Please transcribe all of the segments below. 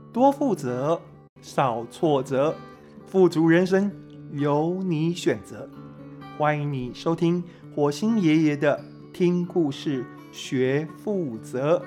多负责，少挫折，富足人生由你选择。欢迎你收听火星爷爷的听故事学负责。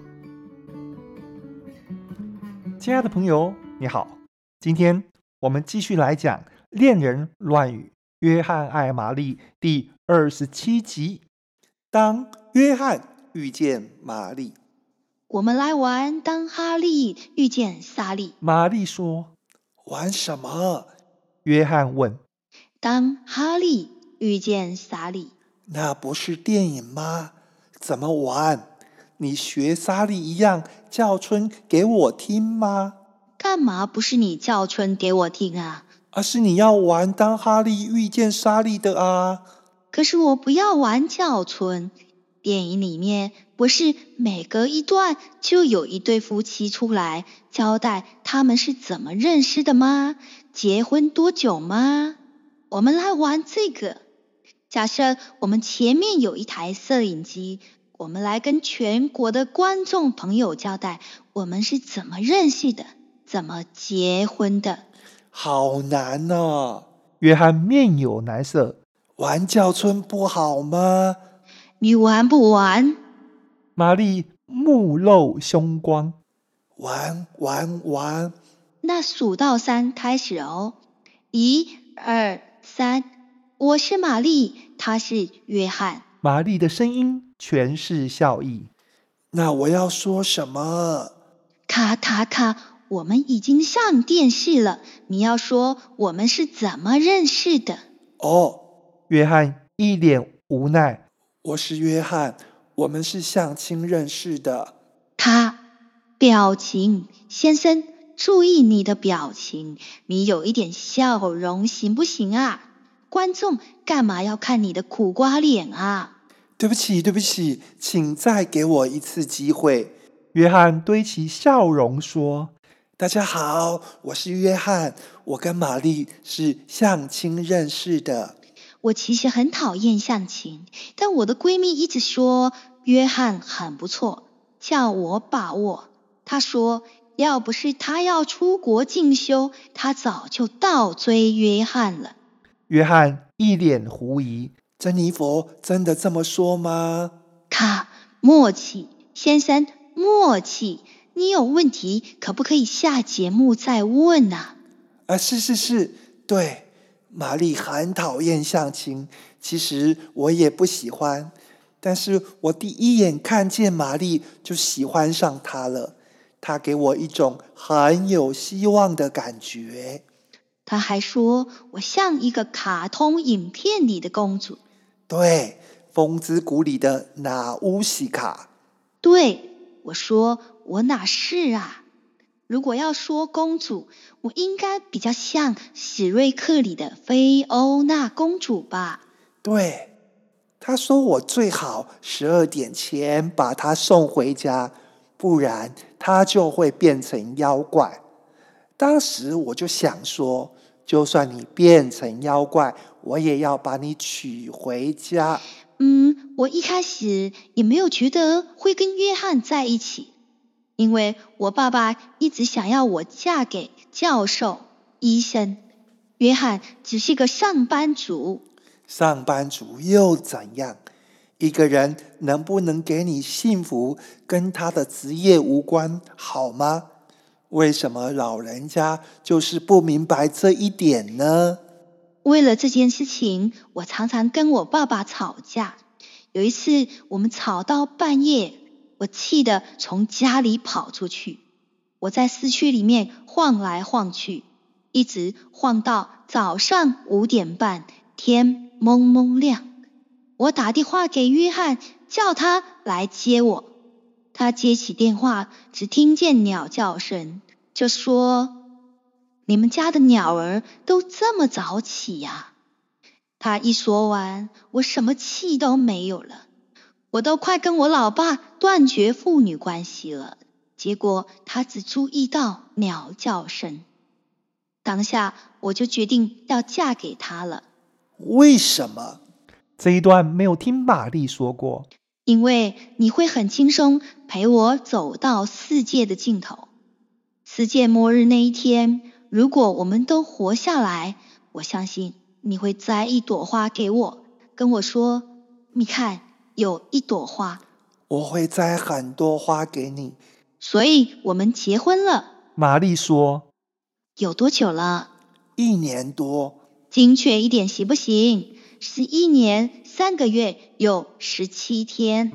亲爱的朋友，你好，今天我们继续来讲《恋人乱语》约翰爱玛丽第27集。当约翰遇见玛丽。 我们来玩当哈利遇见莎莉。 玛丽说： 玩什么？ 约翰问。 当哈利遇见莎莉。 那不是电影吗？怎么玩？你学莎莉一样叫春给我听吗？ 干嘛不是你叫春给我听啊？ 而是你要玩当哈利遇见莎莉的啊。 可是我不要玩叫春。电影里面不是每隔一段就有一对夫妻出来交代他们是怎么认识的吗？结婚多久吗？我们来玩这个。假设我们前面有一台摄影机，我们来跟全国的观众朋友交代我们是怎么认识的，怎么结婚的。 好难哦。 约翰面有难色。 玩叫春不好吗？ 你玩不玩？ 玛丽目露凶光。 玩。 那数到3开始哦。1、2、3，我是玛丽，他是约翰。 玛丽的声音全是笑意。 那我要说什么？ 咔咔咔，我们已经上电视了，你要说我们是怎么认识的。 哦， 约翰一脸无奈。 我是约翰，我们是相亲认识的。 他表情，先生，注意你的表情，你有一点笑容行不行啊？观众干嘛要看你的苦瓜脸啊？ 对不起，请再给我一次机会。 约翰堆起笑容说： 大家好，我是约翰，我跟玛丽是相亲认识的。 我其实很讨厌相亲，但我的闺蜜一直说约翰很不错，叫我把握。她说要不是她要出国进修，她早就倒追约翰了。 约翰一脸狐疑。 珍妮佛真的这么说吗？ 咔，默契，先生，默契。你有问题可不可以下节目再问啊？ 是，对。玛丽很讨厌相亲，其实我也不喜欢，但是我第一眼看见玛丽就喜欢上她了，她给我一种很有希望的感觉。 她还说我像一个卡通影片里的公主。 对，风之谷里的娜乌西卡。 对，我说我哪是啊？如果要说公主，我应该比较像史瑞克里的菲欧娜公主吧？ 对，她说我最好12点前把她送回家，不然她就会变成妖怪。当时我就想说，就算你变成妖怪，我也要把你娶回家。 我一开始也没有觉得会跟约翰在一起。因为我爸爸一直想要我嫁给教授、医生，约翰只是个上班族。 上班族又怎样？一个人能不能给你幸福，跟他的职业无关，好吗？为什么老人家就是不明白这一点呢？ 为了这件事情，我常常跟我爸爸吵架。有一次，我们吵到半夜，我气得从家里跑出去。我在市区里面晃来晃去，一直晃到早上5点半，天蒙蒙亮。我打电话给约翰，叫他来接我。他接起电话，只听见鸟叫声，就说：你们家的鸟儿都这么早起呀？他一说完，我什么气都没有了。我都快跟我老爸断绝父女关系了，结果他只注意到鸟叫声。当下我就决定要嫁给他了。 为什么？ 这一段没有听玛丽说过。 因为你会很轻松陪我走到世界的尽头。 世界末日那一天，如果我们都活下来，我相信你会摘一朵花给我，跟我说，你看，有一朵花。 我会摘很多花给你。 所以我们结婚了。 玛丽说， 有多久了 1年多。 精确一点行不行？是1年3个月又17天。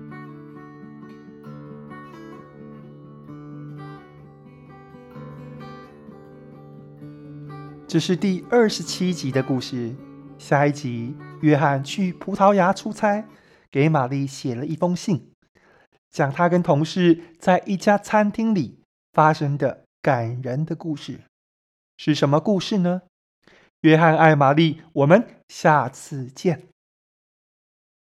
这是第27集的故事。下一集，约翰去葡萄牙出差，给玛丽写了一封信，讲他跟同事在一家餐厅里发生的感人的故事。是什么故事呢？约翰爱玛丽，我们下次见。